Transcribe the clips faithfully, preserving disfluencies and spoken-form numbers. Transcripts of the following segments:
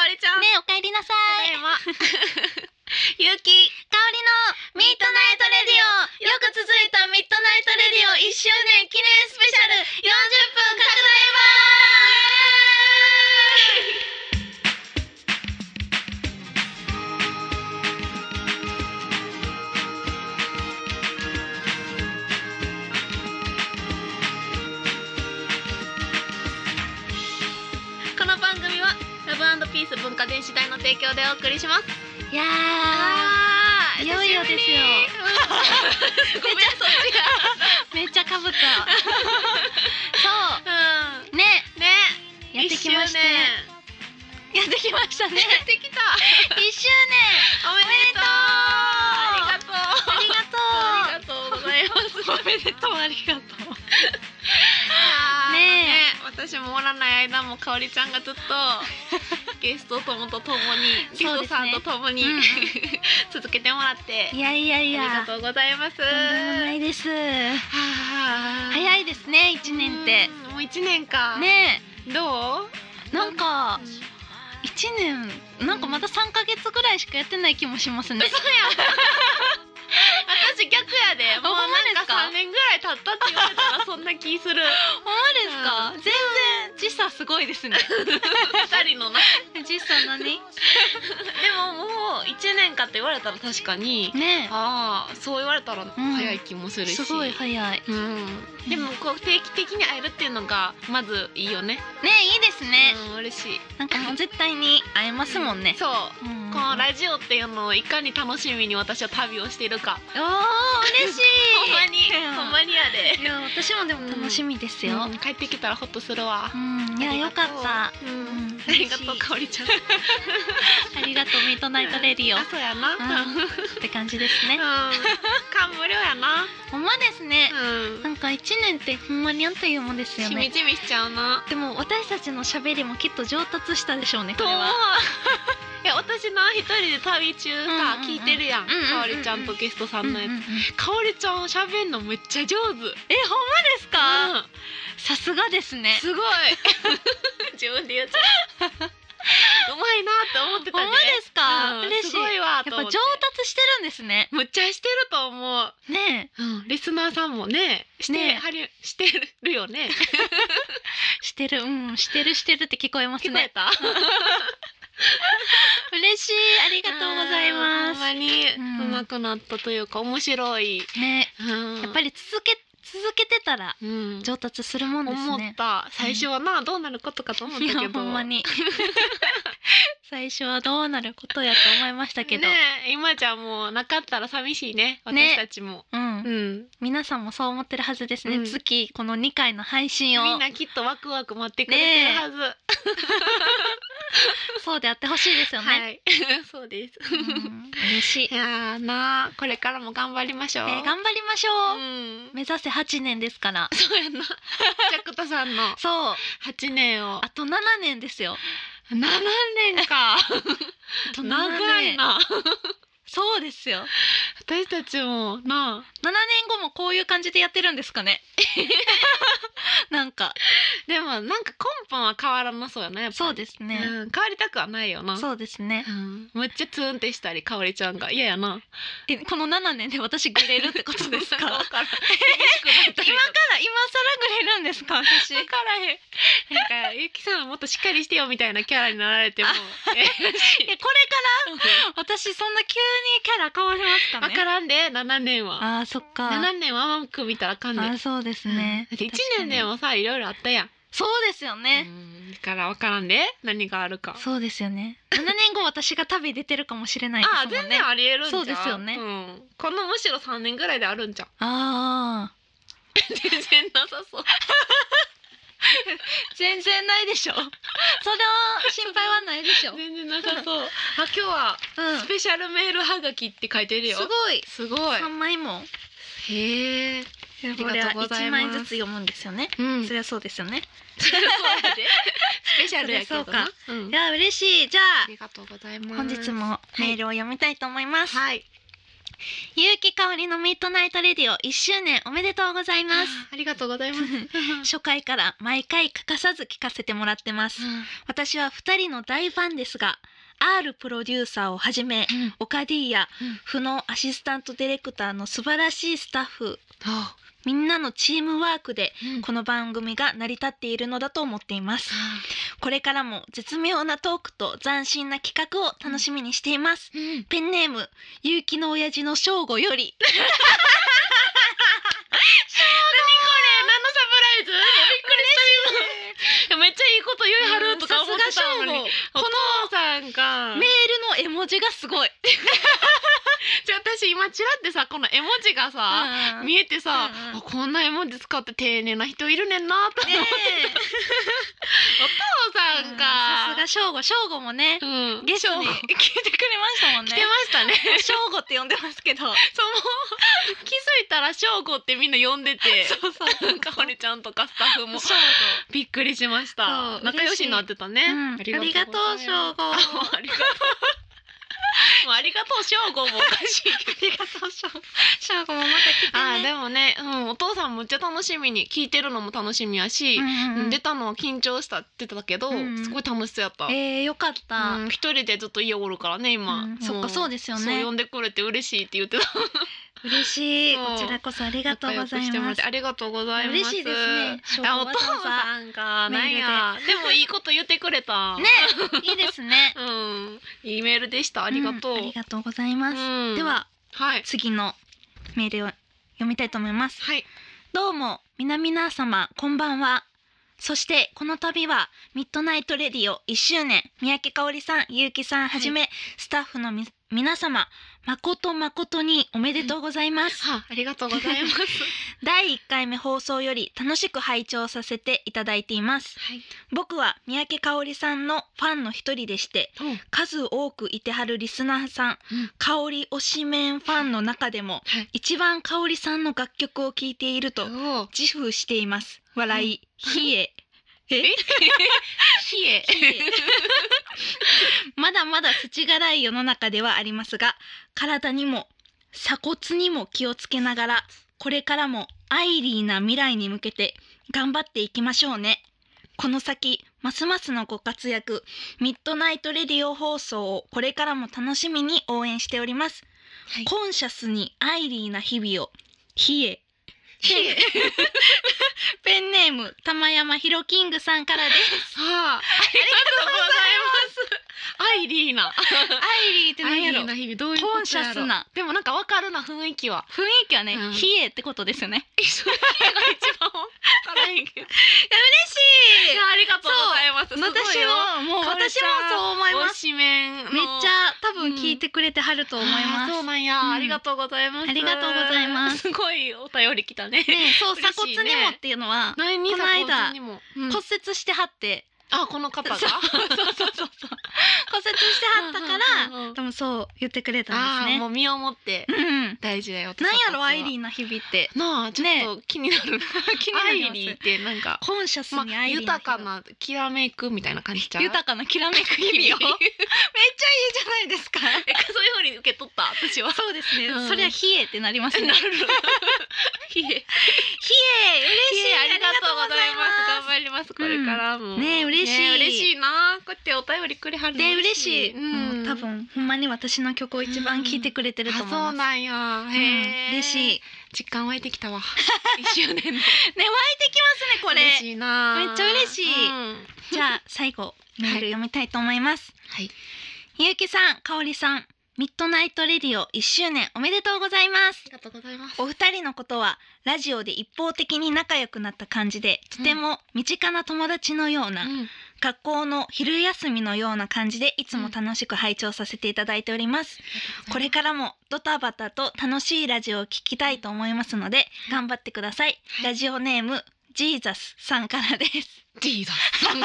かおりちゃん。 ねえ、おかえりなさい。 ただいまゆうきかおりのミッドナイトレディオ、よく続いたミッドナイトレディオいっしゅうねん記念スペシャルよんじゅっぷん拡大版。 この番組はラブ&ピース文化電子台の提供でお送りします。 いやあー、いよいよですよ。 ごめん、そっちがめっちゃかぶった。そううんね、 ね、 やってきました。 いっしゅうねんやってきましたね。 やってきた。 いっしゅうねんおめでとう。ありがとう。 ありがとう。 ありがとうございます。 おめでとう、ありがとう。 ねねえ、私もおらない間もかおりちゃんがずっとゲスト友と共に、ゲストさんと共に、 うんうん、 続けてもらっていやいやいや、 ありがとうございます。 とんでもないです。 は早いですね、一年って。 もう一年か。 ねえ、どう？ なんか一年、なんかまだ三ヶ月ぐらいしかやってない気もしますね。 そうや。私逆やで、もうなんか三年ぐらい経ったって言われたらそんな気する。 ほんまですか？全然時差すごいですね。 二人のな。 時差何？ でももう一年かって言われたら確かに。 ねえ。 ああ、そう言われたら早い気もするし。 すごい早い。 うん。でもこう定期的に会えるっていうのがまずいいよね。 ね、いいですね。 うん、嬉しい。 なんかもう絶対に会えますもんね。 そう。 うん、 このラジオっていうのをいかに楽しみに私は旅をしているか。 おー、嬉しい。 ほんまに、ほんまにやで。 いや、私もでも楽しみですよ。 うん、帰ってきたらホッとするわ。 うん、いや、よかった。 うん、ありがとう、かおりちゃん。 ありがとう、ミッドナイトレディオ。 あ、そうやな。 って感じですね。 うん、感無量やな。 ほんまですね。 うん、 なんか一年ってほんまにあっという間ですよね。 しみじみしちゃうな。 でも私たちの喋りもきっと上達したでしょうね。ことれは。 いや、私な一人で旅中さ、 うんうんうん、 聞いてるやん。 うんうんうんうん、 かおりちゃんとゲストさんのやつ。 うんうんうん、 かおりちゃん喋んのめっちゃ上手。 え、ほんまですか？ うん、 さすがですね。 すごい。自分で言っちゃう。うまいなって思ってたね。 ほんまですか？ うん、 嬉しい。 すごいわやっぱ上と思って。 達してるんですね。 むっちゃしてると思う。 ねえ、うん、リスナーさんもね、して、 ねはり、してるよね。 してる、うん、してるしてるって聞こえますね。 聞こえた？ 嬉しい、ありがとうございます。 ほんまに上手くなったというか、面白い。 ね、 うん、 やっぱり続け続けてたら上達するもんですね。 思った。最初はな、どうなることかと思ったけど。 いや、ほんまに。最初はどうなることやと思いましたけど。 ねえ、今じゃもうなかったら寂しいね。私たちも。 うん。うん。皆さんもそう思ってるはずですね。うん、月このにかいの配信を。 みんなきっとワクワク待ってくれてるはず。ね、 そうであってほしいですよね。 はい、そうです。 うん、嬉しい。 いやな、これからも頑張りましょう。 えー、頑張りましょう。うん、目指せはちねんですから。 そうやな。ジャクタさんの。そう。はちねんを。 あとななねんですよ。 ななねんか。長いな。 そうですよ。 私たちもな、 ななねんごもこういう感じでやってるんですかね。なんかでもなんか根本は変わらなそうやね。やっぱりそうですね、 うん、変わりたくはないよな。 そうですね、 うん、むっちゃツンってしたり、かおりちゃんが嫌やな。 え、このななねんで私グレるってことですか？ 分からん。 今から今更グレるんですか？私分からへん。なんかゆきさんもっとしっかりしてよみたいなキャラになられてもえこれから私そんな急にキャラ変わりますかね？ 分からんで、ななねんは。 あー、そっか。 ななねんは甘く見たらあかんねん。 あ、そうですね、 うん、だっていちねんでもさ、いろいろあったやん。 そうですよね。 だから分からんで、何があるか。 そうですよね。ななねんご私が旅出てるかもしれないですもんね。 あ、全然ありえるんじゃん。 そうですよね、 うん、このむしろさんねんぐらいであるんじゃん。 あー全然なさそう。 全然ないでしょ。その心配はないでしょ。 全然なさそう。あ、今日はスペシャルメールはがきって書いてるよ。 すごい、 すごい。 さんまいも。 へえ。 これはいちまいずつ読むんですよね。うん、そりゃそうですよね。 そりゃそうやで。スペシャルやけどな。 うん、いや嬉しい。じゃあ、 ありがとうございます。 本日もメールを読みたいと思います。 はい。 結城かおりのミッドナイトレディオいっしゅうねんおめでとうございます。 ありがとうございます初回から毎回欠かさず聞かせてもらってます。私はふたりの大ファンですが、 R プロデューサーをはじめ、 うんオカディやうんフのアシスタントディレクターの素晴らしいスタッフ、 あみんなのチームワークでうんこの番組が成り立っているのだと思っています。これからも絶妙なトークと斬新な企画を楽しみにしています。 うんペンネームゆうきの親父の正吾より。 何これ何のサプライズびっくりした今めっちゃいいこと言いはるとか思ってたのに、 うんさすがお父さんがメールの絵文字がすごい。 じゃあ私今チラってさこの絵文字がさ、 うん見えてさ、 うんうんあこんな絵文字使って丁寧な人いるねんなと思って、 ねお父さんさかすが正吾、正吾もね、 うんゲストにそう聞いてくれましたもんね。 来てましたね正吾って呼んでますけど。 そうもう気づいたら正吾ってみんな呼んでてそうそうそうかおりちゃんとかスタッフも正びっくりしましたそう仲良しになってたね、 うんありがとうありがとうございます正吾あもうありがとうもうありがとう正吾もおかしいけどありがとう正吾。正吾もまた来てね。 あーでもね、うん、お父さんむっちゃ楽しみに聞いてるのも楽しみやし、 うんうんうん出たのは緊張したって言ってたけど、 うんうんすごい楽しそうやった、 えー、よかった。 うん、一人でずっと家おるからね今、 うんもそっかそうですよねそう呼んでくれて嬉しいって言ってた嬉しい。 そうこちらこそありがとうございます仲良くしてもらって。ありがとうございます嬉しいですね正吾あお父わざわざさんかメールでなんやでもいいこと言ってくれたね、いいですね。 うんいいメールでしたありがとう、 んありがとうございます。 うんでははい次のメールを読みたいと思います。 はいどうも皆々様こんばんは。そしてこの度はミッドナイトレディオいっしゅうねん、三宅香織さん、ゆうきさんはじめ、スタッフのみ皆様誠誠におめでとうございます。 はありがとうございますだいいっかいめ放送より楽しく拝聴させていただいています。 はい僕は三宅香織さんのファンの一人でして、数多くいてはるリスナーさん、 うん香織推しメンファンの中でもはい一番香織さんの楽曲を聴いているとお自負しています。笑い、ひええひえまだまだ世知辛い世の中ではありますが、体にも鎖骨にも気をつけながら、これからもアイリーな未来に向けて頑張っていきましょうね。この先ますますのご活躍、ミッドナイトレディオ放送をこれからも楽しみに応援しております。 はいコンシャスにアイリーな日々を。ひえひえペンネーム玉山ひろキングさんからです。 はあ、ありがとうございます。アイリーナ。 アイリーってアイリ何やろ。 ーな日々どういうことやろ。 コンシャスな。 でもなんかわかるな雰囲気は。 雰囲気はね、 うんひえってことですよね。 えそれが一番わからへんけど。いいや嬉しい。 やありがとうございます。すごい私よももう私もそう思います。 推しメンのめっちゃ多分聞いてくれてはると思いあーます。 そうなんや、 うんありがとうございます。 ありがとうございますすごいお便り来たね。 ね、そう鎖嬉しいね骨にもっていうのは何にこの間鎖骨にも、うん骨折してはって、 あこの方が。 そうそうそうそうそう骨折してはったかうんうんうんうんら多分そう言ってくれたあんですね。 ーもう身をもってうん。 大事だよ。 なんやろアイリーーな日々って。 なあちょっと気になる。 気になアりますイリーってなんか。 コンシャスまあ、 にアイリーな豊日々 かなきらめくみたいな感じちゃう。 豊かなきらめく日々を。めっちゃいいじゃないですか。 えそういう風に受け取った私は。 そうですね。 うんそりゃひえってなりますね。 なる。ひえ、 ひえ嬉しい。 ありがとうございます。頑り張りますこれからも。 うんねえ嬉しいねえ嬉しいな。こうやってお便りくれはるので嬉しい。 うん、 もう多分ほんまに私の曲を一番聴いてくれてると思いあそうます。 なんや。 うんへえ、 嬉しい。 実感湧いてきたわ。一周年の。 ね湧いてきますねこれ。 嬉しいな。 めっちゃ嬉しいうんじゃあ最後メール読みたいと思います。 はい。 ゆうきさん、かおりさん、ミッドナイトレディオいっしゅうねんおめでとうございますあ。りがとうございます。 お二人のことはラジオで一方的に仲良くなった感じで、とても身近な友達のような、 うん学校の昼休みのような感じでいつも楽しく拝聴させていただいております。これからもドタバタと楽しいラジオを聞きたいと思いますので頑張ってください。 はいラジオネームジーザスさんからです。 ジーザ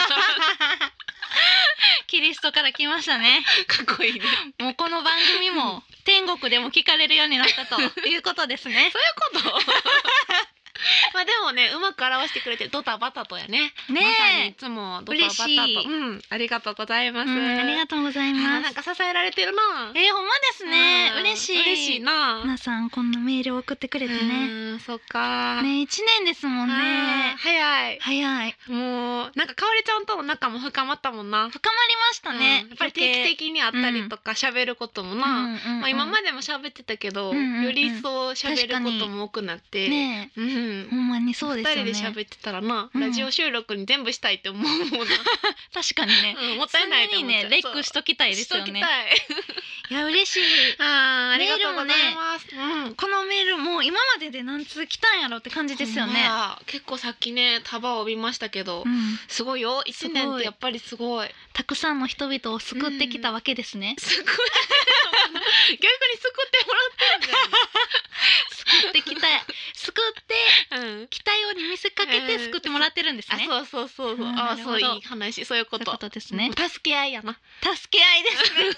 キリストから来ましたね。 ス。かっこいいね。 もうこの番組も天国でも聞かれるようになったということですね。 そういうこと。 まあでもねうまく表してくれてドタバタとやね。 ねまさにいえ、 つもドタバタと。 嬉しいうんありがとうございます。 うん、ありがとうございあーます。 なんか支えられてるな。 えー、ほんまですね。 うん嬉しい。 嬉しいな。 皆さんこんなメールを送ってくれてね。 うんそっか。 ね、一年ですもんあーね。 早い。 早い。 もうなんかかおりちゃんとの仲も深まったもんな。 深まりましたね。 うんやっぱり定期的に会ったりとか喋ることもな。 うんうんうん、 まあ今までも喋ってたけど、 うんうんうんより一層喋ることも多くなって。 ねえ、 うん。 ほんまにそうですよね。 二人で喋ってたらな、 うんラジオ収録に全部したいって思うもんな。 確かにね。 うん、もったいないと常に思っちゃう。 ね、レックしときたいですよね。 しときたい。 いや嬉しい。 あーありがとうございます。うん。 このメールも今までで何通来たんやろって感じですよね。 ほんまや結構さっきね束を帯びましたけど、 うん、 すごいよ一年ってやっぱりすごい。 たくさんの人々を救ってきたわけですね。 すごい。逆に救ってもらってるんだよね。 救ってきた、救ってうん。 きたように見せかけて救ってもらってるんですね。 あそうそうそうそう。 うんあなるほどそういい話そういうこと。 そういうことですね。 助け合いやな。 助け合いですね。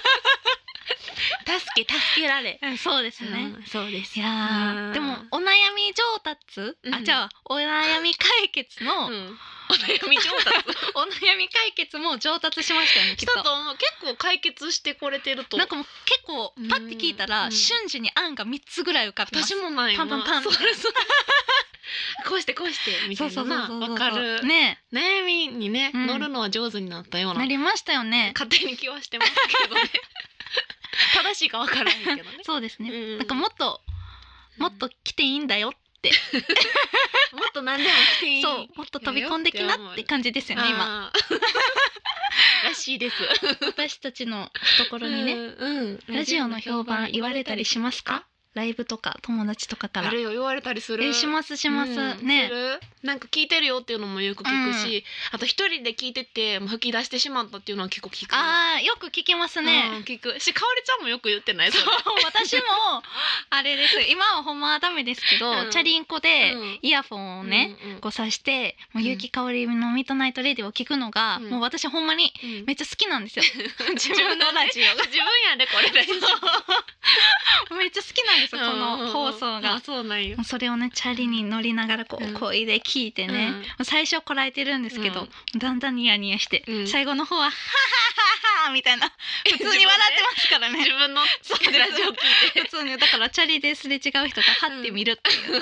助け助けられ。 うんそうですね。 うんそうです。 いやうんーでもお悩み上達、 うんあじゃあお悩み解決の、 うん。お悩み上達。 お悩み解決も上達しましたよねきっと。 だと思う結構解決してこれてると。 なんかもう結構パッて聞いたら、 うん瞬時に案がみっつぐらい浮かびます。 私もないよな。 パンパンパンそうそうこうしてこうしてみたいななわかる。 ね悩みにね、 うん乗るのは上手になったようななりましたよね。 勝手に気はしてますけどね。正しいかわからないけどね。 そうですね。 うんなんかもっともっと来ていいんだよって、 もっと何でも来ていい。 そうもっと飛び込んできなって感じですよね今。 あーらしいです。 私たちのところにね、 うんうんラジオの評判言われたりしますか？ライブとか友達とかから。 あるよ言われたりする。 えしますします、 うんねするなんか聞いてるよっていうのもよく聞くし、あと一人で聞いててもう吹き出してしまったっていうのは結構聞く。 あーよく聞きますね、 うん聞くしかおりちゃんもよく言ってないそれ。 私もあれです今はほんまはダメですけど、 うんチャリンコでうんイヤフォンをね、 うんうんこうさしてもううん結城かおりのミッドナイトレディを聞くのが、 うんもう私ほんまにうんめっちゃ好きなんですよ。 自分のラジオ自分やでこれラジオ。 めっちゃ好きなんですよこの放送があ。そうなんよ。 それをねチャリに乗りながらこうんう声で聞いてね、最初こらえてるんですけど、だんだんニヤニヤして、 うん最後の方は「はははは」みたいな普通に笑ってますからね。 自分のそうラジオ聞いて。 普通にだからチャリですれ違う人がはってみるっていう、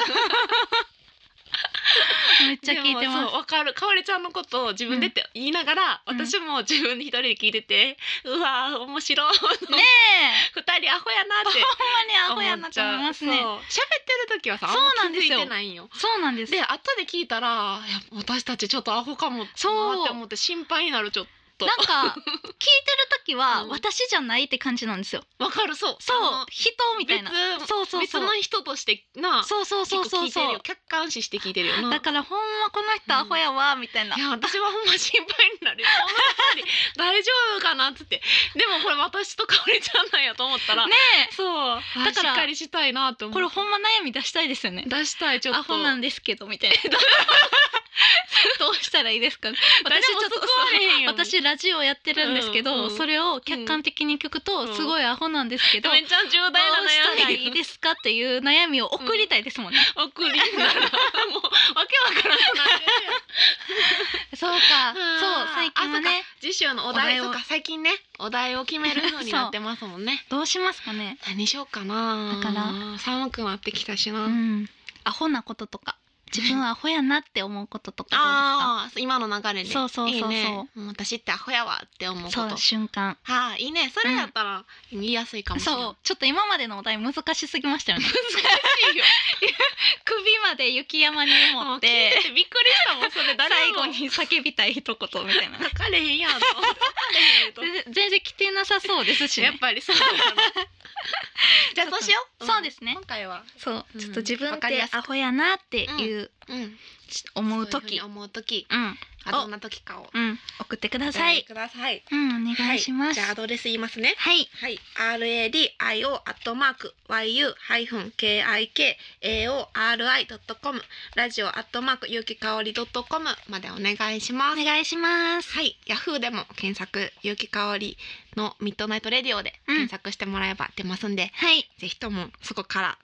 めっちゃ聞いてでもまそうわかるかおりちゃんのことを自分でって言いながら、 うん私も自分で一人で聞いてて、うわー面白い。 すねえ二人アホやなってほんまにアホやなと思いますね。 そう喋ってる時はさあんそうま気づいなんですよてないんよ。 そうなんです。 で後で聞いたらいや私たちちょっとアホかもなってそう思って心配になるちょっと。 なんか聞いてる時はうん私じゃないって感じなんですよ。 わかるそうそうあの人みたいな。 別そうそうそう別の人としてなそうそうそうそう結構聞いてるそう。 よ客観視して聞いてるよな。 だからほんまこの人アホやわみたいな。 いや私はほんま心配になるよ。この二人大丈夫かなっつって。でもこれ私とかおりちゃんなんやと思ったら、 ねそうだからしっかりしたいなってえ、 思う。 これほんま悩み出したいですよね。 出したいちょっと。 アホなんですけどみたいな。どうしたらいいですかね。 誰も救われへんよ私ラジオやってるんですけど、 うんうんそれを客観的に聞くと、 うんすごいアホなんですけど、 めっちゃ重どう大なしたら悩みいいですかっていう悩みを送りたいですもんね。 送りならもうわけわからんくなってるそうか、 うんそう最近はね、 次週のお題お題をとか最近ねお題を決めるようになってますもんね。 どうしますかね。 何しようかな。 だから寒くなってきたしな。 うん、アホなこととか、自分はアホやなって思うこととかああ今の流れでそうそうそうそういいね、もう私ってアホやわって思うこと。 どうですか。そう瞬間。 はあいいねそれやったら言いやすいかもしれない。 そうちょっと今までのお題難しすぎましたよね。 難しいよ。 首まで雪山に持もう聞いってててびっくりしたもんそれ誰も最後に叫びたい一言みたいな。 書かれへんやんと思って書かれへんと全然全然来てなさそうですしね。 やっぱりそうなの。じゃあそうしよう。 そうですね今回は。 そう、 うんちょっと自分ってわかりやすくアホやなっていう、 うん。 思う時そういうふうに思う時。 うんあどんな時かを。 うん送ってくだおさい。 ください。 うんお願いします。 じゃあアドレス言いますね。 はいはい、アールエーディーアイオー アットマーク ワイユー ハイフン ケーアイケーエーオーアールアイ ドットコム ラジオアットマークゆうきかおり ドットコム までお願いします。 お願いします。 はい、ヤフーでも検索ゆうきかおりのミッドナイトレディオで検索してもらえば出ますんで、 はいぜひともそこから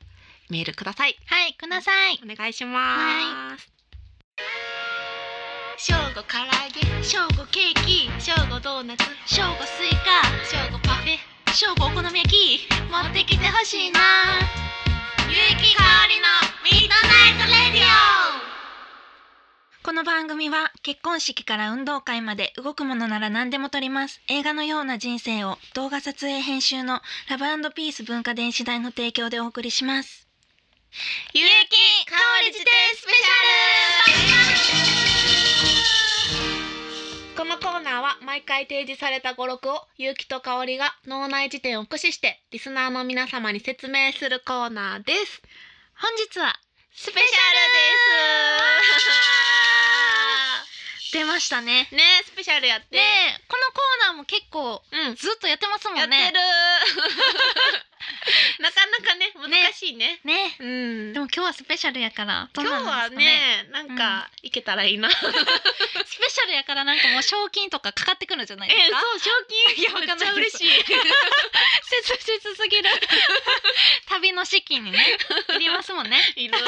メールください。 はいください。 お願いします。正午唐揚げ、正午ケーキ、正午ドーナツ、 正午スイカ、 正午パフェ、 正午お好み焼き持ってきてほしいな。 ゆうきかおりのミッドナイトレディこの番組は結婚式から運動会まで動くものなら何でも撮ります。映画のような人生を動画撮影編集のラブ&ピース文化電子台の提供でお送りします。 オ。ゆうきかおり辞典スペシャル。このコーナーは毎回提示された語録をゆうきとかおりが脳内辞典を駆使してリスナーの皆様に説明するコーナーです。 本日はスペシャルです出ましたね。 ね、スペシャルやって。 でこのコーナーも結構、うん、ずっとやってますもんね。 やってるなかなかね難しいね。 ね、 うん。 でも今日はスペシャルやから今日はねなんか、うん、いけたらいいな。スペシャルやからなんかもう賞金とかかかってくるんじゃないですか。 えー、そう賞金いやめっちゃ嬉しい。 切実すぎる。旅の資金にねいりますもんね。 いる。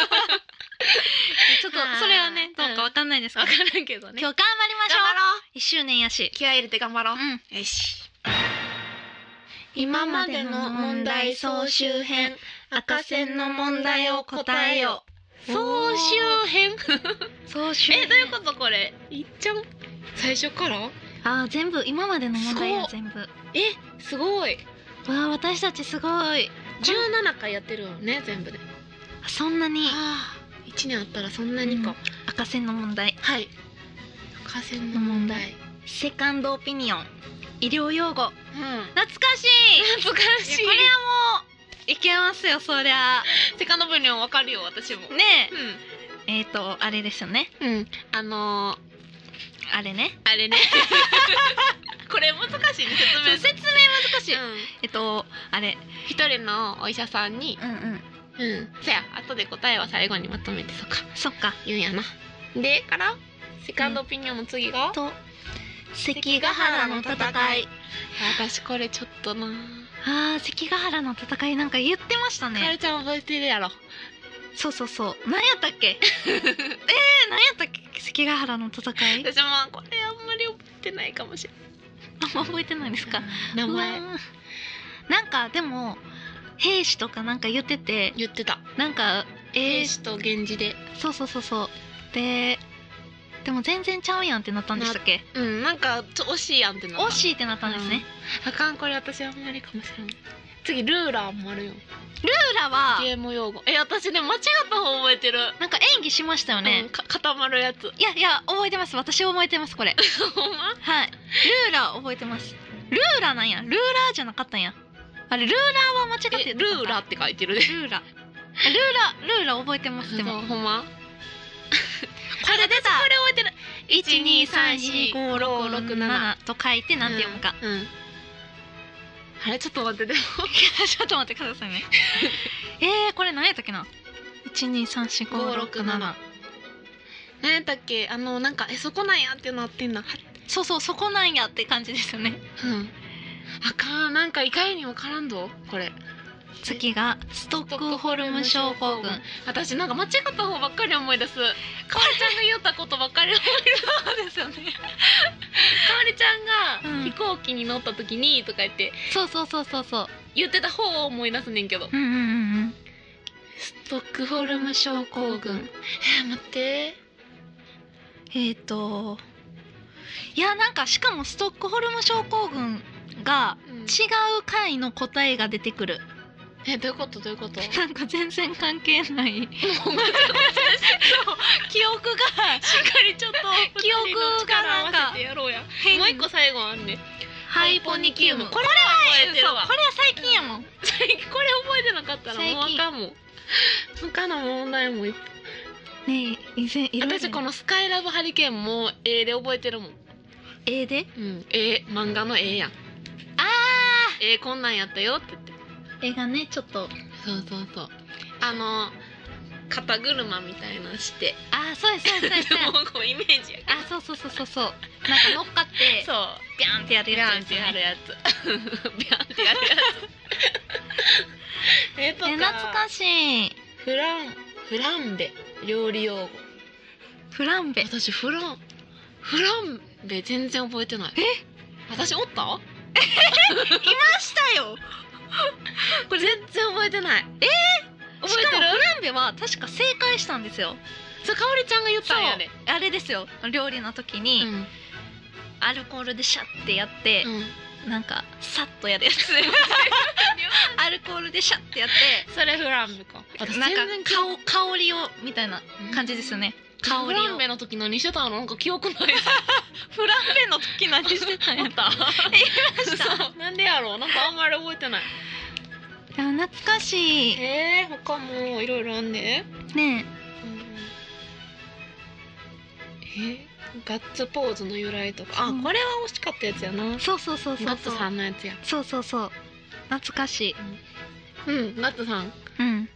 ちょっとそれはねどうかわかんないですけど、 わかんないけどね。 今日頑張りましょう。 頑張ろう。 一周年やし気合い入れて頑張ろう。 うん、 よし。今までの問題総集編、赤線の問題を答えよ。総集編。 総集編。 えどういうことこれ？いっちゃん最初から？ あー全部今までの問題や全部。 えすごい。 わあ私たちすごい。 じゅうななかいやってるよね全部で。 そんなに。 いちねんあったらそんなにか、うん、 赤線の問題。 はい。赤線の問題。 セカンドオピニオン。医療用語。うん、懐かしい。 懐かしい。 これはもういけますよそりゃ。 セカンドオピニオンわかるよ私も。 ねえ。うん、えっ、ー、とあれですよね。 うん。あのー、 あれね。 あれね。これ難しいね説明。 説明難しい。うん、えっとあれ一人のお医者さんに。 うんうん。 うん、そや後で答えは最後にまとめてそっかそっか言うんやな。でからセカンドオピニオンの次が、うん、 と関ヶ原の戦い。 私これちょっとなあー関ヶ原の戦いなんか言ってましたね。 かるちゃん覚えてるやろ。 そうそうそう何やったっけ。えー、何やったっけ関ヶ原の戦い。 私もこれあんまり覚えてないかもしれない。 あんま覚えてないですか。 名前なんかでも兵士とかなんか言ってて言ってたなんか、 えー、兵士と源氏でそうそうそうそうででも全然ちゃうやんってなったんでしたっけ。 うんなんかちょ惜しいやんってなった。 惜しいってなったんですね、 うん、あかんこれ私あんまりかもしれない。次ルーラーもあるよ。 ルーラーはゲーム用語。え私ね間違った方覚えてる。 なんか演技しましたよね、 うん、か固まるやつ。 いやいや覚えてます私覚えてますこれ。 ほんまはいルーラー覚えてます。ルーラーなんやルーラーじゃなかったんや。あれルーラーは間違ってルーラーって書いてるで。 ルーラールーラールーラー覚えてます。でもほんまこれ出た。 これ覚えてる。 いちにさんしごろくろくななと書いてなんて読むか、 うんうん、あれちょっと待ってでもちょっと待ってくださいね。えーこれ何やったっけな。いちにさんしごろくなな何やったっけ。あのなんかえそこなんやっていうのあってんな。 そうそうそこなんやって感じですよね。 うんあかんなんか意外にわからんぞこれ。 次がストックホルム症候群。 私なんか間違った方ばっかり思い出す。かわりちゃんが言ったことばっかり思い出す。 そうですよね。 かわりちゃんが飛行機に乗った時にとか言って、 うん、そうそうそうそうそう言ってた方を思い出すねんけど。 うんうんうんうんストックホルム症候群。えー、待ってえーといやなんかしかもストックホルム症候群が違う回の答えが出てくる。 えどういうことどういうこと。 なんか全然関係ない記憶がしっかりちょっと記憶がなんかもう一個最後あんね。ハイポニキウム。これは覚えてるわ。 これは最近やもん。 最近これ覚えてなかったらもうあかんもん。他の問題もいっぱいねえ以前いろいろ私このスカイラブハリケーンも絵で覚えてるもん。 絵でうん絵漫画の絵やん。あー絵こんなんやったよって言って絵がねちょっとそうそうそうあの肩車みたいなしてあーそうですそうですそうですもうこうイメージやあそうそうそうそうそうなんか乗っかってそうビャンってやるやつビャンってやるやつビャンってやるやつえとかえ懐かしい。 フランフランベ料理用語。 フランベ。 私フランフランベ全然覚えてない。 え私おった？ いましたよ。 これ全然覚えてない。 えー、 覚えてる？ しかもフランベは確か正解したんですよ。 そう、かおりちゃんが言ったんやで。 あれですよ、料理の時に、 うんアルコールでシャッてやって、 うん、 なんかさっとやるやつアルコールでシャッてやってそれフランベか。私なんか全然記憶香香りをみたいな感じですよね、香フりを。 ランベの時何してたの？なんか記憶ないです。 フランベの時何してたんやあった？ 言いましたそうなんでやろう。なんかあんまり覚えてない。 いや懐かしいえー、他もいろいろあんね。 ねえー、ガッツポーズの由来とか。あ、 うんこれは惜しかったやつやな。 えそうそうそうそうそうガッツさんのやつや。 そうそうそう懐かしい。 うん、ガッツさん。 うん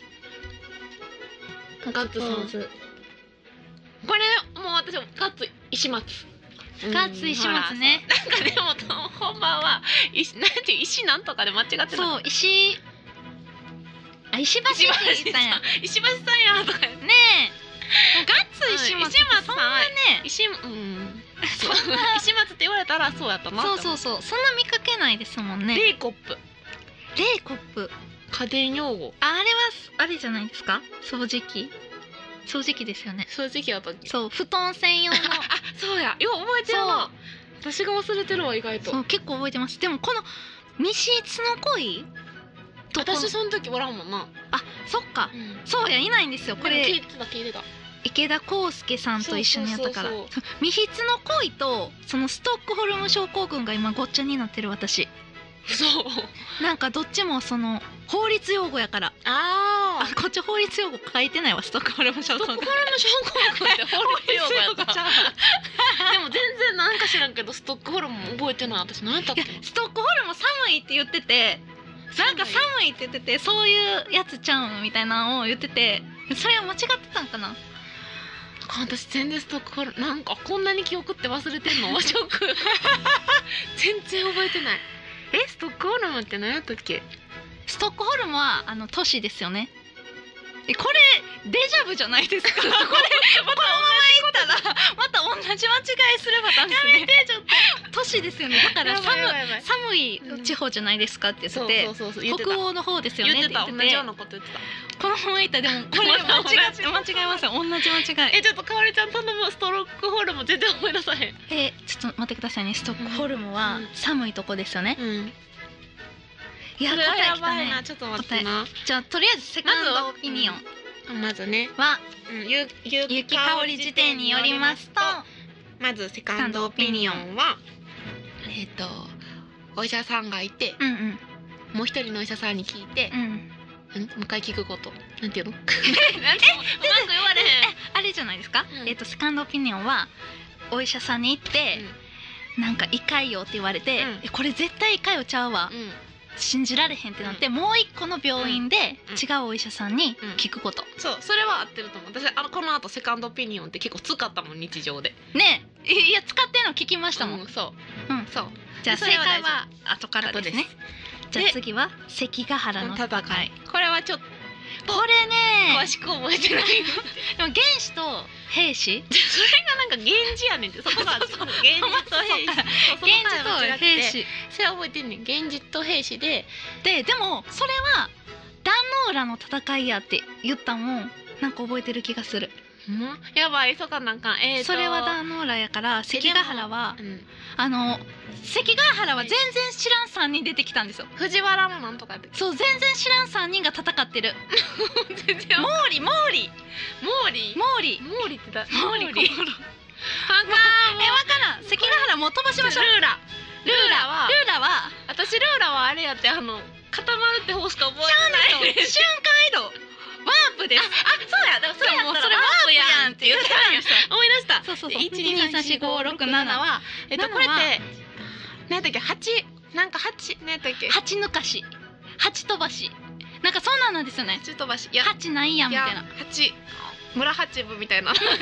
ガッツさん。これもう私もガッツ石松。 ガッツ石松ね。 なんかでも本番は石なんて石なんとかで間違ってなかった。 そう石あ石橋って言ったんや石橋さんやとか。 ねえガッツ石松って石松さんそんなね石うんそう石松って言われたらそうやったな。 そうそうそうそんな見かけないですもんね。 レイコップレイコップ家電用語。 ああれはあれじゃないですか、掃除機掃除機ですよね。 正直やったっけ？ そう布団専用のあ、そうや。よう覚えてるな。私が忘れてるわ意外と。 そう結構覚えてます。でもこの密室の恋とこ私その時おらんもんな。 あそっかうんそうやいないんですよこれ。 これ聞いてた聞いてた。 池田康介さんと一緒にやったから。 そうそうそう密室の恋とそのストックホルム症候群が今ごっちゃになってる私。 そう。 なんかどっちもその法律用語やから。 ああこっち法律用語書いてないわストックホルム症候群。 ストックホルム症候群って法律用語やった。 ちゃうわでも全然なんか知らんけどストックホルム覚えてない。私何やったっけ？ いやストックホルム寒いって言っててなんか寒いって言っててそういうやつちゃうんみたいなのを言っててそれは間違ってたんかな。 私全然ストックホルムなんかこんなに記憶って忘れてんの？ショック。全然覚えてない。えストックホルムって何やったっけ？ ストックホルムはあの都市ですよね。えこれデジャブじゃないですか。これこのままいったらまた同じ間違いするパターンですね。 ちょっ都市ですよね。だからや寒ばいやばいやばい寒い地方じゃないですかって言ってて、 そうそうそうそう言ってた北欧の方ですよね言ってた。 って言ってて同じようなこと言ってた。 このままいったらでもこれ間違って間違えますよ。同じ間違い。 えちょっとかおりちゃん頼む。ストロックホルム全然思い出さへん。 えちょっと待ってくださいね。ストックホルムはうん寒いとこですよね。 うん。 いやそれは答え来たやばいな。 ね。 ちょっと待ってな。 じゃあとりあえずセカンドオピニオンまずね、 はうん、ゆゆゆきかおり辞典によりますと、 まずセカンドオピニオンはえっ、とお医者さんがいて、 うんうんもう一人のお医者さんに聞いてう、ん。 うん、もう一回聞くことなんていうの？なんてうまく言われへん。 あれじゃないですか。 うんえっとセカンドオピニオンはお医者さんに行って、なんか胃潰瘍って言われて、 うんえこれ絶対胃潰瘍ちゃうわ、 うんうん信じられへんってなって、もう一個の病院でうん違うお医者さんに聞くこと。 そう、それは合ってると思う。私あのこの後セカンドオピニオンって結構使ったもん日常で。 ねえいや使ってんの聞きましたもん。 うん、そう、 うんそう。 じゃあ正それは大丈夫解は後からですね。じゃあ次は関ヶ原の戦い。 戦い。これはちょっとこれね詳しく覚えてない。 でも原始と兵士それがなんか源氏やねんって。そこがそうそう源氏と兵士。 源氏と兵士それは覚えてんねん。源氏と兵士で、 ででもそれは壇ノ浦の戦いやって言ったのをなんか覚えてる気がする。 やばい、そうかなんか、えーとそれは壇ノ浦やから関ヶ原はうん、 あの関ヶ原は全然知らんさんにん出てきたんですよ。 藤原のなんとかやったっけ？ そう全然知らんさんにんが戦ってる。 全然毛利毛利毛利毛利毛利ってだ毛利毛利小五郎あかんもうえわからん。関ヶ原もう飛ばしましょう。 ルーラルーラはルーラは私ルーラはあれやってあの固まるって方しか覚えてない瞬間移動ワープです。 あ、そうや、でもそれやったらもうそれワープやんって言ってたんですよ。 思い出した。 そうそうそう。 一二三四五六七はえっとこれって何やったっけ？八なんか八何やったっけ？ 八抜かし八飛ばしなんかそんなんなんですよね。 八飛ばしいや八ないやんみたいな。 八村八分みたいな。 八分忘れ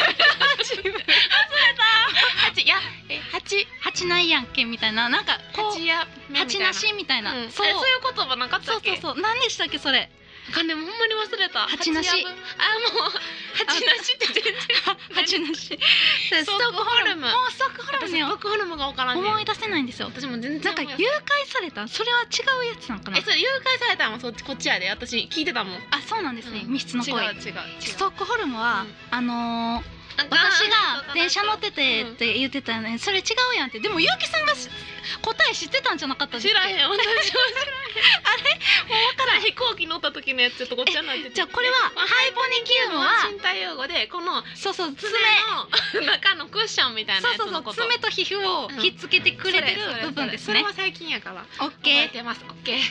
八いやえ八た。八ないやんけみたいな、なんかこう八やめみたいな。 八なしみたいな、 うん、 そそううそういう言葉なかったそうっけ？ そうそう、何でしたっけそれ。 あかんねほんまに忘れた。 八なし八やぶあもう八なしって全然八なし。 ストックホルムもうストックホルムね私ストックホルムがわからんねん。 思い出せないんですよ。 私も全然なんか誘拐された、それは違うやつなんかな。 えそれ誘拐されたのもそっちこっちやで。私聞いてたもん。 あ、そうなんですね、 うん密室の声。 違う違う違う。 ストックホルムは、 うんあのーなんか私が電車乗っててうんって言ってたよね、それ違うやんって。でもゆうきさんがし答え知ってたんじゃなかったですっけ？ 知らへん私も知らへん。 あれもう分からん。 飛行機乗った時のやつとこっちはなんて。 じゃあこれはハイポニキウムは身体用語でこのそうそう爪爪の中のクッションみたいなそうそうそうやつのこと。 爪と皮膚をひっつけてくれてる部分ですね。 それは最近やからオッケー。 覚えてます。オッケー。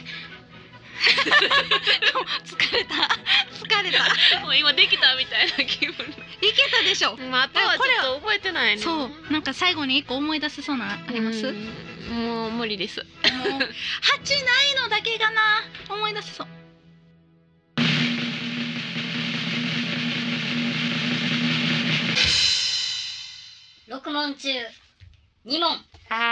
疲れた疲れた。 もう今できたみたいな気分。 いけたでしょ。 まあ、あとはちょっと覚えてないね。 そう、なんか最後に一個思い出せそうなあります？ うもんもう無理です。 う八ないのだけがな思い出せそう。 六問中二問。 ああ、もう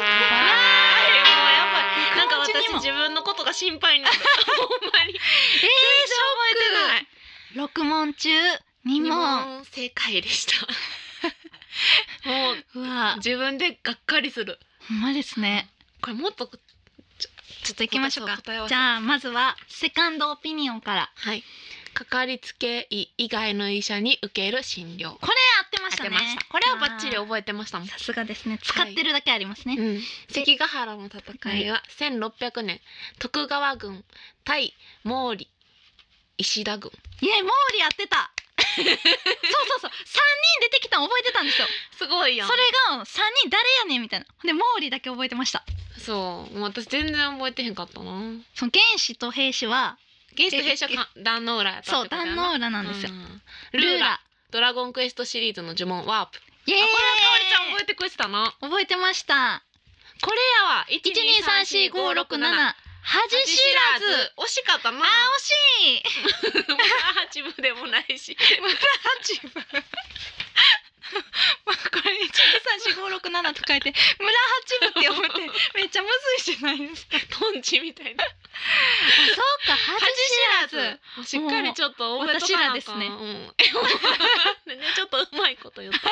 やばい。なんか私自分のことが心配になる。ほんまに。 えー、 覚えてない。 六問中二二問。 問正解でした。もううわ、 自分でがっかりする。 ほんまですね。 これもっとちょちょっと行きましょうか。 答え合わせじゃあまずはセカンドオピニオンから。 はい。かかりつけ医以外の医者に受ける診療。 これ合ってましたね。 これはバッチリ覚えてましたもん。 さすがですね。使ってるだけありますね。 うん、関ヶ原の戦いはせんろっぴゃくねん、徳川軍対毛利石田軍。 いや、毛利合ってた。そうそうそう。三人出てきたの覚えてたんですよ。 すごいやん。 それが三人誰やねんみたいな。で毛利だけ覚えてました。 そう、もう私全然覚えてへんかったな。 その原始と兵士は原始と弊社か壇ノ浦やったそうってことやな。 壇ノ浦なんですよ。 うんルーラドラゴンクエストシリーズの呪文ワープ。 イエーイ。 あ、これはかおりちゃん覚えてくれてたな。 覚えてました。 これやわ。一一二三四五六七。恥知らず。 惜しかったな。 あー、惜しい。 村八分でもないし。 村八分。まあ、これ一二三四五六七と書いて村八分って読むってめっちゃむずいじゃないですか。 トンチみたいな。 そうか、恥知らず。 しっかりちょっと覚えとかなあかん。 私らですねうん、ねちょっとうまいこと言った。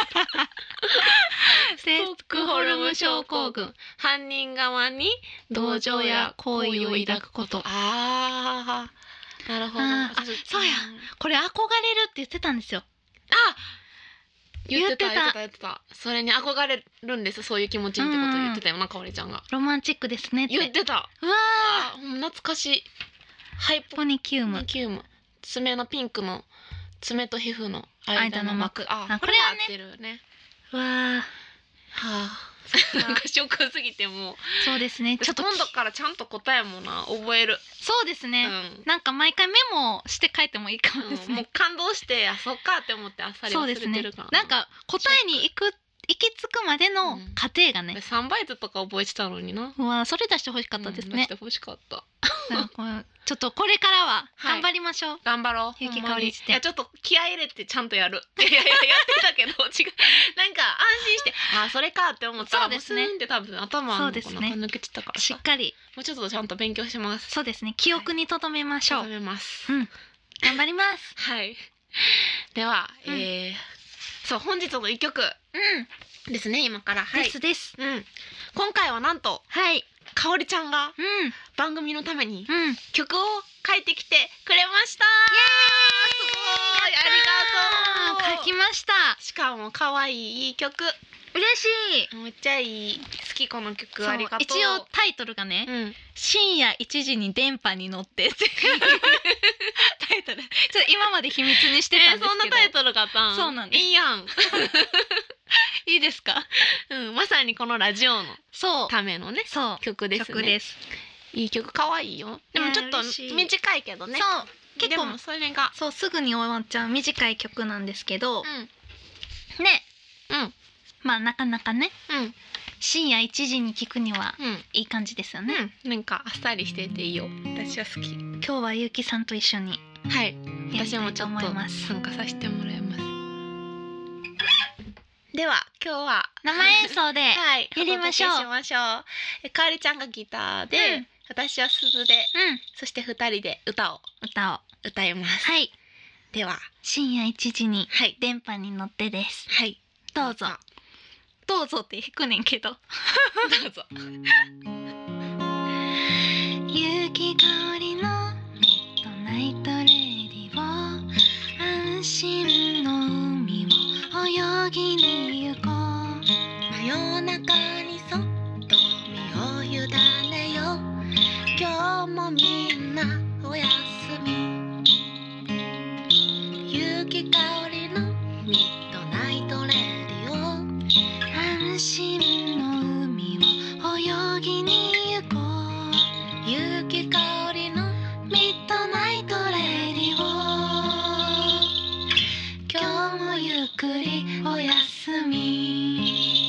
セックホルム症候群。 犯人側に同情や好意を抱くこと。ああ、なるほど。 あーあそうやこれ憧れるって言ってたんですよ。 あ、言ってた言ってた言ってた言ってた。それに憧れるんです。そういう気持ちにってこと言ってたよな、かおりちゃんが。 ロマンチックですねって。 言ってた。 うわあー、懐かしい。ハイー、ポニキウム。 キウム。爪のピンクの爪と皮膚の間の膜。 間の膜あ、 あこれはねこれは合ってるね。 うわー、 はあ。なんかショックすぎてもう。 そうですね。ちょっと今度からちゃんと答えもな覚える。 そうですね。 うん。 なんか毎回メモして帰ってもいいかもですうんもうね。 感動してあそっかって思ってあっさり忘れそうですねてるから。。 なんか答えに行く行き着くまでのうん過程がね。 サンバイズとか覚えてたのにな。 うわー、それ出してほしかったですねうん出し。て欲しかった。 なんかこうちょっとこれからははい頑張りましょう。 頑張ろう。 ゆきほんまにかおり辞典いやちょっと気合い入れてちゃんとやる。いやいややってたけど違う。なんか安心してあそれかって思ったらそうですねもうスーンって多分頭のそうですね中抜けてたからさ。 しっかり、 もうちょっとちゃんと勉強します。 そうですね。記憶に留めましょう。 食べます。 うん、頑張ります。 はい。では、 うんえー、そう本日の一曲うですね今から。 ん、 はい。 ですです。 うん。今回はなんとはい。 かおりちゃんがうん番組のためにうん。 曲を書いてきてくれました。すごいありがとう。 書きました。 しかも可愛いいい曲。 嬉しい。 めっちゃいい。好きこの曲。 そうありがとう。 一応タイトルがね、 うん。 深夜いちじに電波に乗ってってタイトルちょっと今まで秘密にしてたえー、 んですけど、 そんなタイトルがあったん。 そうなんですいいやん。 いいですか？ うん、まさにこのラジオのそうためのねそう曲ですね。 曲です。 いい曲可愛いよ。でもちょっといや嬉しい短いけどね。 そう結構でもそれが。 そうすぐに終わっちゃう短い曲なんですけど、 うんね、 うんまあなかなかねうん深夜いちじに聞くにはうんいい感じですよね。 うん。なんかあっさりしてていいよ。私は好き。 今日はゆうきさんと一緒にはい。 やりたい私もちょっとと思います。 参加させてもらいます。では今日は生演奏ではいやりましょうお届けしましょう。えかおりちゃんがギターで、 うん私は鈴で、 うんそして二人で歌を歌を歌います。 はいでは深夜いちじにはい電波に乗ってです。 はいどうぞどうぞって弾くねんけどどうぞ。 雪香りのミッドナイトレディオ安心の海を泳ぎに行こう真夜中にそっと身を委ねよう。今日もみんなおやすみ。雪香りのミッドナイトレディオ安心の海を泳ぎに行こう雪香りのミッドナイトレディオ今日もゆっくりおやすみ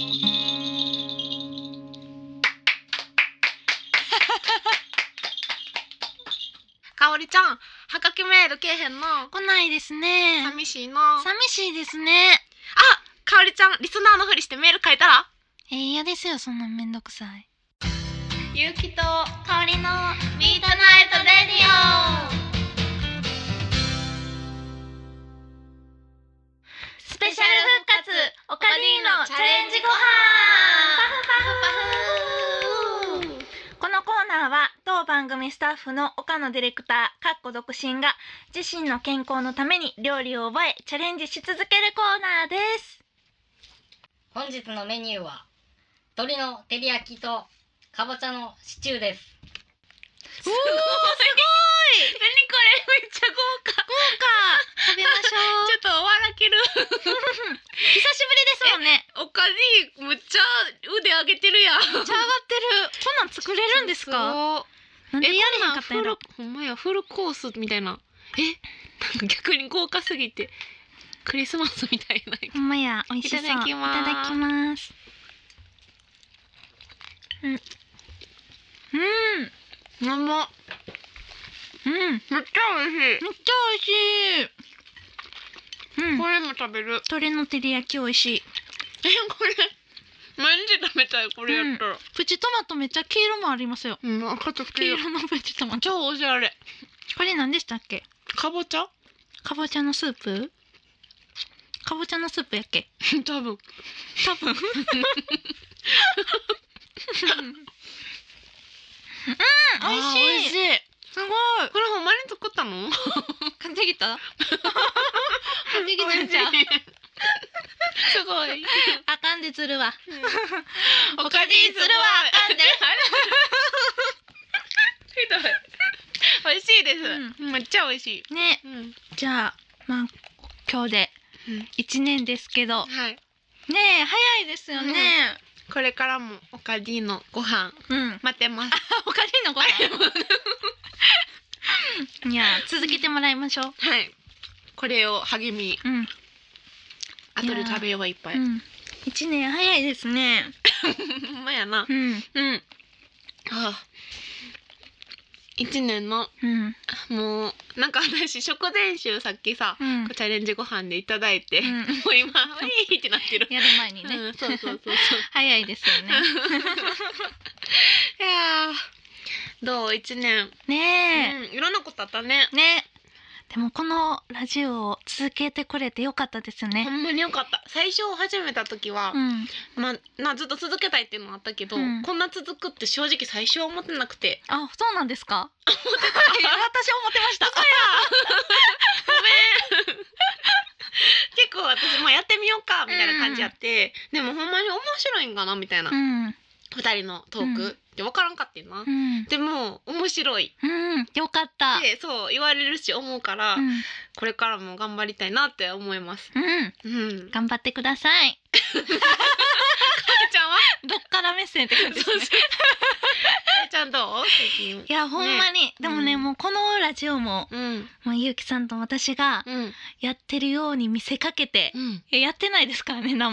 かおりちゃんはがきメールけえへんの。 来ないですね。 寂しいの。 寂しいですね。 あ、かおりちゃんリスナーのふりしてメール書いたら。 えー、嫌ですよそんなめんどくさい。 ゆうきと香りのミッドナイトレディスペシャル復活オカリーノチャレンジごはん。このコーナーは当番組スタッフの岡野ディレクターかっこ独身が自身の健康のために料理を覚えチャレンジし続けるコーナーです。 本日のメニューは鶏の照り焼きとかぼちゃのシチューです。 おーすごい。 何これめっちゃ豪華。 豪華。食べましょう。 ちょっと笑ける。 久しぶりですもんね。 おかじむっちゃ腕上げてるやん。 めっちゃ上がってる。こんなん作れるんですか？なんでやれへんかったんやろ。 ほんまやフルコースみたいな。え、なんか逆に豪華すぎてクリスマスみたいな。 ほんまや、美味しそう。 いただきますいただきます。うん。うん。 まも。 うん。めっちゃめっちゃ美味しい。 美味しい。うん。 これも食べる。 鶏の照り焼き美味しい。 え、これ毎日食べたい。これやったら。 プチトマトめっちゃ黄色もありますよ。 うん、赤と黄黄色。 色のプチトマト。 超おしゃれ。 これ何でしたっけ？ かぼちゃ？ かぼちゃのスープ？かぼちゃのスープやっけ？ 多分。 多分。うん、美味しい。 あー美味しい。 すごい。 これほんまに作ったの？ 買ってきた？買ってきたんじゃん。 すごい。 あかんで釣るわ。 おかじするわ。あかんで。ひどい。美味しいです。めっちゃ美味しい。 ね、 うん。 じゃあまあ今日で一年ですけど、 はい。 ねえ早いですよね。 これからもおかじのご飯うん。 待ってます。 おかじのご飯。いや続けてもらいましょう。 はい。これを励みにうん。 後で食べよういっぱい。 うん。一年早いですね。 ほんまやな。 うん。 うん。あ。一年のうん。 もうなんか私食前酒さっきさ、 うん。 チャレンジご飯でいただいて、 うんもう今ウィーってなってる。 やる前にね。 うん、そうそうそうそう。 早いですよね。 いやーどう一年、 ねうん、いろんなことあったね。 え。ね。でもこのラジオを続けてこれてよかったですよね。 ほんまによかった。最初始めた時は、 うん。 まあなずっと続けたいっていうのはあったけど、 うんこんな続くって正直最初は思ってなくて。 あ、そうなんですか？思ってた。私思ってました。 ごめん。結構私もやってみようかみたいな感じやって、でもほんまに面白いんかなみたいな、 うん。 二人のトークって分からんかってんな、 うん。 でも面白いうん。よかった。 ってそう言われるし思うから、 うん。 これからも頑張りたいなって思います。 うん。 うん。 頑張ってください。 かおちゃんは？ どっから目線って感じですね。 かおちゃんどう？最近。 いやほんまに、でもね、 うんもうこのラジオもうんもうゆうきさんと私がうんやってるように見せかけて、 うん。 いややってないですからね何も。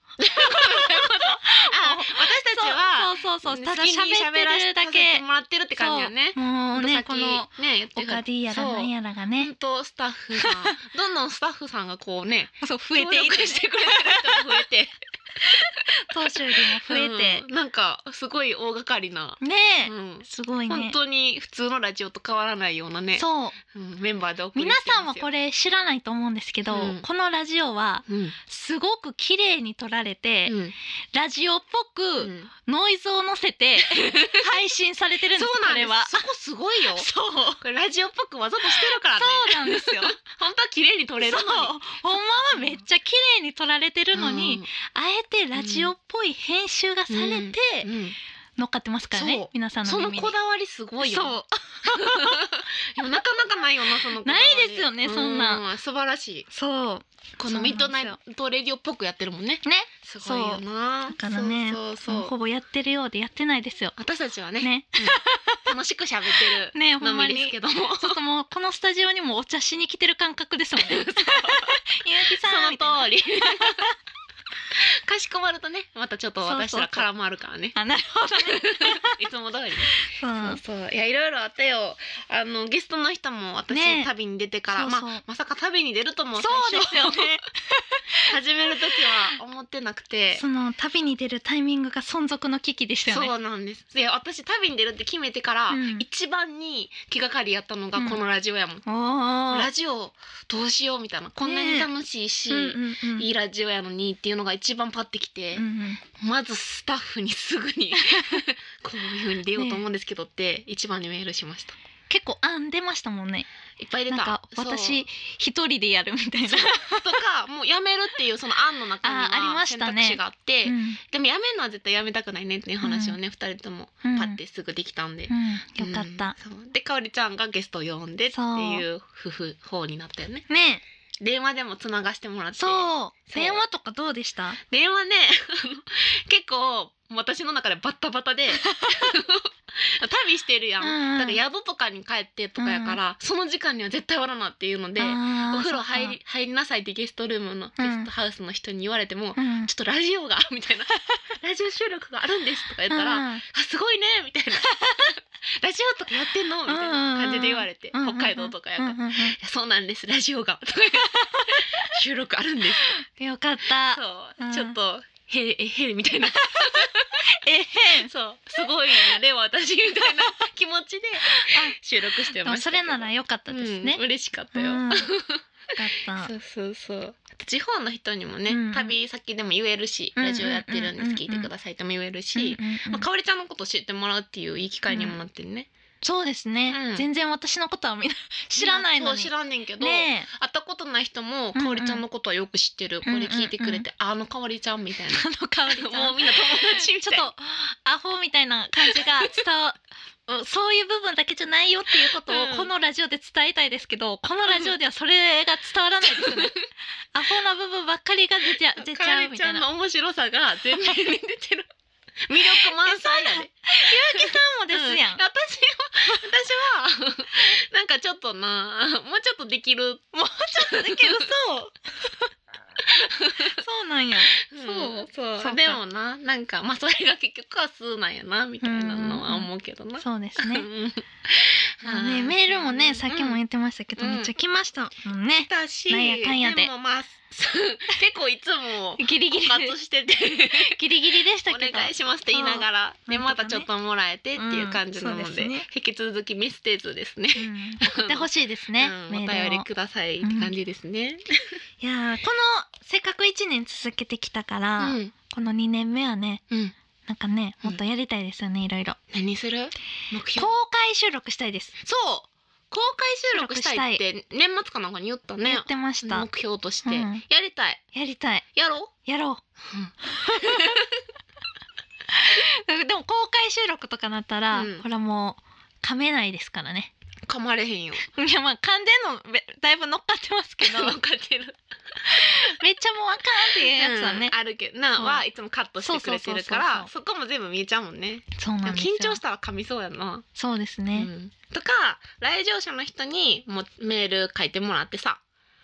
あ、私たちはそうそうそうそう、ただ好きに喋ってるださせてけ。 もらってるって感じよね。 そうもうね、 さっきこのね言ってオカディやらそうなんやらがね本、当スタッフさんどんどんスタッフさんがこうねそう増えていって、ね、 協力してくれてる人が増えて当初よりも増えて、 うん、なんかすごい大掛かりな、 ねえ、 うん、 すごいね。 本当に普通のラジオと変わらないようなね、 そううん、メンバーでお送り皆してますよ。 さんはこれ知らないと思うんですけど、 うんこのラジオはうんすごく綺麗に撮られて、 うんラジオっぽくうんノイズを乗せて配信されてるんです。 そうなんでこれはす。そこすごいよ。 そうこれラジオっぽくわざとしてるからね。 そうなんですよ。 本当は綺麗に撮れるのに。 そうほんまはめっちゃ綺麗に撮られてるのに、あえてラジオっぽい編集がされてうんうん乗っかってますからね、 そう皆さんのその耳に。 こだわりすごいよ。 そうでもなかなかないよなそのこだわり。 ないですよねそんなう素晴らしい。 そうこのミッドナイトレディオっぽくやってるもんね。 ね、 すごいよな。 だからね、 そうそうそう。 もうほぼやってるようでやってないですよ。 私たちはね、 ね、 うん楽しく喋ってるねほのみんまにですけども。 ちょっともうこのスタジオにもお茶しに来てる感覚ですもんね。ゆうきさんそのみたいな。 通り。かしこまるとね、またちょっと私ら絡まるからね。 あ、なるほどね。 いつも通りね。 そうそうそう、いやいろいろあったよ。あのゲストの人も私、 ね旅に出てから、 そうそうまあまさか旅に出るともそうですよね。 始める時は思ってなくて。 その旅に出るタイミングが存続の危機でしたよね。 そうなんです。で、私旅に出るって決めてから、 うん一番に気がかりやったのがうんこのラジオやもん。 おーラジオどうしようみたいな、こんなに楽しいし、 うんうんうん、 いいラジオやのにっていうのが一番パッてきて、 うんうんまずスタッフにすぐにこういう風に出ようと思うんですけどって一番にメールしました。 結構あん出ましたもんね。 いっぱい出た。 なんかそう私一人でやるみたいな。 そうとかもうやめるっていうその案の中にあありはましたね選択肢があって、 うんでもやめるのは絶対やめたくないねっていう話をね、 う二人ともうんパッてすぐできたんで、 うん、よかった。 うんそうでかおりちゃんがゲストを呼んでっていう夫婦方になったよね。 ね、 電話でもつながしてもらって、 そうそう電話とかどうでした？ 電話ねあの結構私の中でバッタバタで旅してるやん、 うんうんだから宿とかに帰ってとかやから、その時間には絶対終わらなっていうので、 あーお風呂そっか入り入りなさいってゲストルームのゲストハウスの人に言われても、 うんちょっとラジオがみたいなラジオ収録があるんですとか言ったら、 うんあすごいねみたいなラジオとかやってんのみたいな感じで言われて、 うんうんうん北海道とかやから、いうんうんうんやそうなんですラジオがとか言って収録あるんですよかった。 そう、 うんちょっとへえへえみたいなえへん。 そうすごいねでも私みたいな気持ちで収録してでもましたけどそれなら良かったですね。 うん、嬉しかったよ、 うんよかったそ。うそうそう地方の人にもね、 うん旅先でも言えるし、 うんラジオやってるんです、 うん聞いてくださいとも言えるし、 うんうんうんまあ、かおりちゃんのこと知ってもらうっていういい機会にもなってるね、 そうですね、 うん全然私のことはみんな知らないのに。 そう知らんねんけど、 ね会ったことない人もうんうんかおりちゃんのことはよく知ってる、これ聞いてくれて、あのかおりちゃんみたいなえ、あの香りちゃんもうみんな友達みたいなちょっとアホみたいな感じが伝わそういう部分だけじゃないよっていうことうんをこのラジオで伝えたいですけど、このラジオではそれが伝わらないですよね。アホな部分ばっかりが出ちゃ出ちかおりちゃんゃうみたいな。 の面白さが全面に出てる魅力満載やでゆうきさんもですやん。 うん、私は私はなんかちょっとなもうちょっとできるもうちょっとできるそうそうなんや。 そうそうそうかでもななんかまあそれが結局は数なんやなみたいなのは思うけどな、 そうですね。 うんあのねメールもねさっきも言ってましたけど、 うんめっちゃ来ましたもんね。 だしなんやかんやでもまあ結構いつもギリギリ枯渇しててギリギリでしたおけど。 願いしますって言いながらでうんなんとかねまたちょっともらえてっていう感じなので,、 うんそうですね引き続きミステーズですね、 うん送ってほしいですね。 うん、 メールをお便りくださいって感じですね、 いやーこのせっかくいちねん続けてきたから、 うんこのにねんめはねうん、 なんかねうんもっとやりたいですよね、いろいろ。 何する目公標開収録したいです。 そう公開収録したいって年末かなんかに言ったね言ってました。 目標として、 うんやりたいやりたい。 やろやろう、 う。でも公開収録とかなったら、 うんほらもう噛めないですからね。 噛まれへんよいやまあ噛んでんのべだいぶ乗っかってますけど、 分かってるめっちゃもうあかんっていうやつはね。 うんあるけどなそうはいつもカットしてくれてるからそうそうそうそこも全部見えちゃうもんね。 そうでもなんですよ。 緊張したら噛みそうやな、 そうですね。 うん、とか来場者の人にもメール書いてもらってさ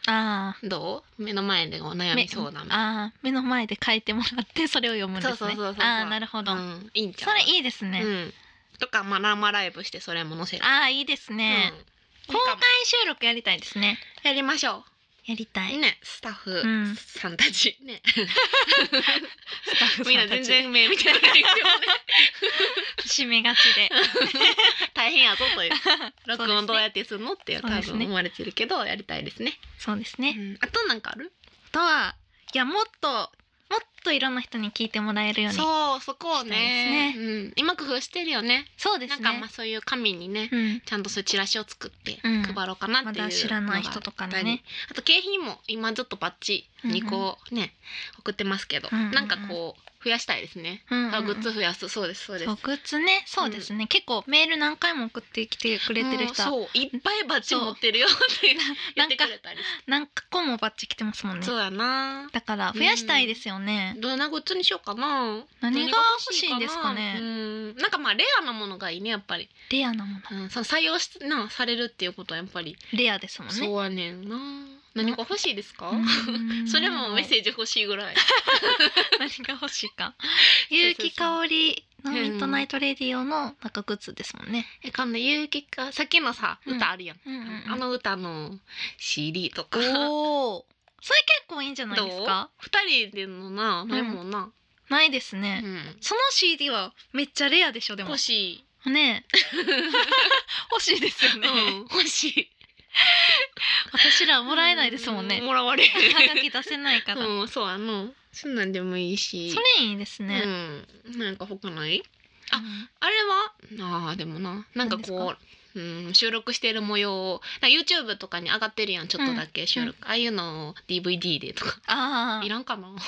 あどう？目の前でお悩み相談。 あー目の前で書いてもらってそれを読むんですね。 そうそうそうそう。 ああなるほど、 うん、いいんちゃう？ それいいですね、 うん。とかまあ生ライブしてそれも載せる。 ああいいですね、 うん、 公開収録やりたいですね。 やりましょやりたい、 う。ね、スタッフうんさんたちね。 スタッフさんたちみんな全然目見てないですよね。 締めがちで大変やぞという。録そうですね音どうやってするのって多そうですね分思われてるけどやりたいですね。 そうですね、 うん、あとなんかある？ とはいやもっともっといろんな人に聞いてもらえるように。 そうそこをね。 したいうん、今工夫してるよね。 そうですね。 なんかまあそういう紙にね、 うん、 ちゃんとそういうチラシを作ってうん配ろうかなっていうのがあったり、 まだ知らない人とかにね。 あと景品も今ちょっとバッチにこね、送ってますけど、 うんうんうんなんかこう増やしたいですね。 うんうんうんあグッズ増やす。そうですそうです。 そうグッズね、そうですね、結構メール何回も送ってきてくれてる人はもうそういっぱいバッチ持ってるよって言ってくれたり。 何個もバッチ来てますもんね。 そうやな。 だから増やしたいですよね。 どんなグッズにしようかな。 何が欲しいんですかね。 何が欲しいかな。うんなんかまあレアなものがいいねやっぱり。 レアなもの、 うん、その採用しなされるっていうことはやっぱり、 レアですもんね。 そうやねんな。何が欲しいですか？ うーんそれもメッセージ欲しいぐらい。 何が欲しいか。結城かおりのミッドナイトレディオのなんかグッズですもんね。 えこのゆうきかさっきのさうん歌あるやん。 うんうんうんあの歌の シーディー とか。 おお、それ結構いいんじゃないですか。 二人でのなないもんな。 ないですね、 うんその シーディー はめっちゃレアでしょ。でも欲しい。 ね欲しいですよね、 うん欲しい。 私らはもらえないですもんね、 うもらわれる。 はがき出せないから、 うんそうやの。そんなんでもいいし。 それいいですね、 うんなんか他ない？あうんあれはあーでもななんか何こう、うん、収録している模様をなんか YouTube とかに上がってるやんちょっとだけ収録、ああいうのを ディーブイディー でとかああいらんかな。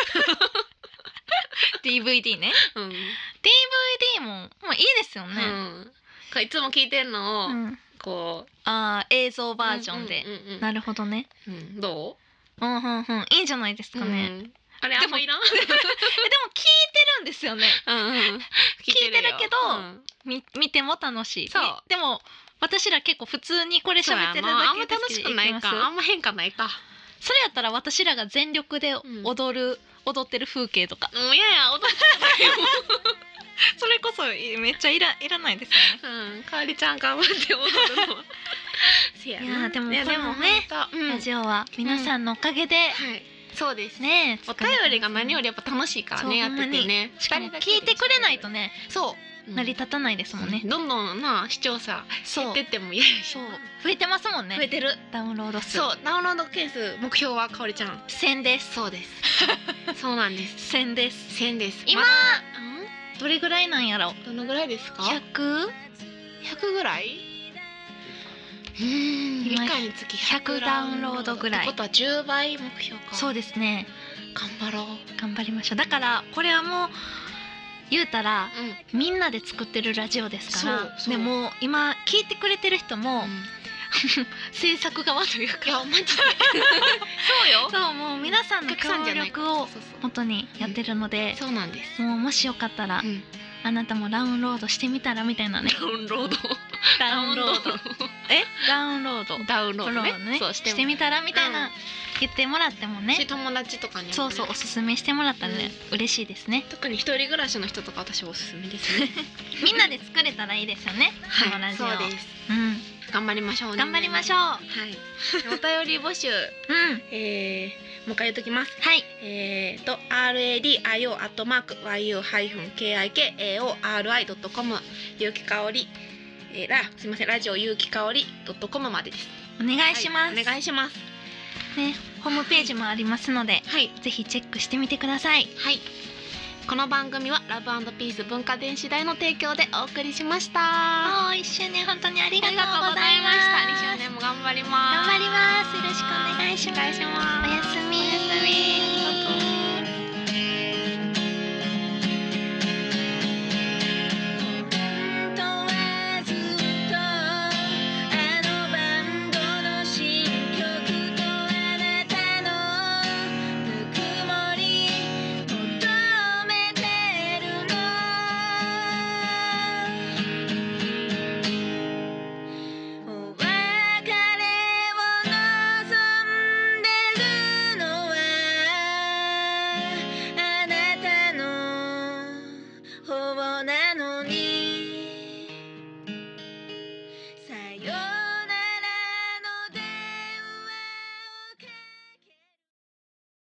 ディーブイディー ね。 うんディーブイディー もまあいいですよね、 うん、こういつも聞いてんのを、 うんこうああ映像バージョンで、 うんうんうんなるほどね。 うん、どうんうんうんいいんじゃないですう？ かね、 うんあれあんまいらん。 えでも聞いてるんですよね。 うんうん聞聞いてるけどうんみ見ても楽しい。 そうみでも私ら結構普通にこれ喋ってるだそうやなあんまけで楽しくないかあんま変化ないか。 それやったら私らが全力で踊る、踊ってる風景とかもういやいや踊ってないよ。 それこそめっちゃいらいらないですよね。 うん、かおりちゃん頑張って踊るのは。せやないやでもいやこれもねほんとうんラジオは皆さんのおかげで、 はい、そうです。 ねお便りが何よりやっぱ楽しいからそうねやってほんまにてね。 しかも聞いてくれないとねそう、 成り立たないですもんね、 どんどんな視聴者そう減ってっても嫌やしそう増えてますもんね。 増えてる。 ダウンロード数そうダウンロード件数目標はかおりちゃん。 せんです。 そうです。そうなんです。 せんです。 千です。 今まだどれぐらいなんやろ。 うんどのぐらいですか？ ひゃく百ぐらい？うーん今一回につきひゃくダウンロードぐらいってことは十倍目標か。 そうですね。 頑張ろう。 頑張りましょう。だからこれはもう言うたらうん。 みんなで作ってるラジオですから。 そうそうでも今聞いてくれてる人も、 うん制作側といういかやマジでそうよ。 そうもう皆さんのお客さんじ協ゃない力をそうそう本当にやってるので、 そうなんです。 もうもしよかったら、 うんあなたもダウンロードしてみたらみたいなね。 ダウンロードダウンロードえダウンロードダウンロードねねそうしてみたらみたいな、 うん言ってもらってもね、 し友達とかにもねそうそうおすすめしてもらったらね、嬉しいですね。 特に一人暮らしの人とか私おすすめですね。 みんなで作れたらいいですよね、このラジオ。 そうです。 うん頑張りましょうね。 頑張りましょう。 はい。お便り募集、 うんえー、もう一回言っときます。 はいえーと アールエーディーアイオー アットマーク ワイユー ハイフン ケーアイケーエーオーアールアイ ドットコム ゆうきかおり、えー、らすみませんラジオゆうきかおり ドットコム までです。 お願いします、 はい、お願いします。 ね、ホームページもありますので、 はいぜひチェックしてみてください。 はい。この番組はラブ&ピース文化電子台の提供でお送りしました。 もう一周年本当にありがとうありがとうごございましざいましたた。にしゅうねんも頑張ります。 頑張ります。よろしくお願いします。 お願いします。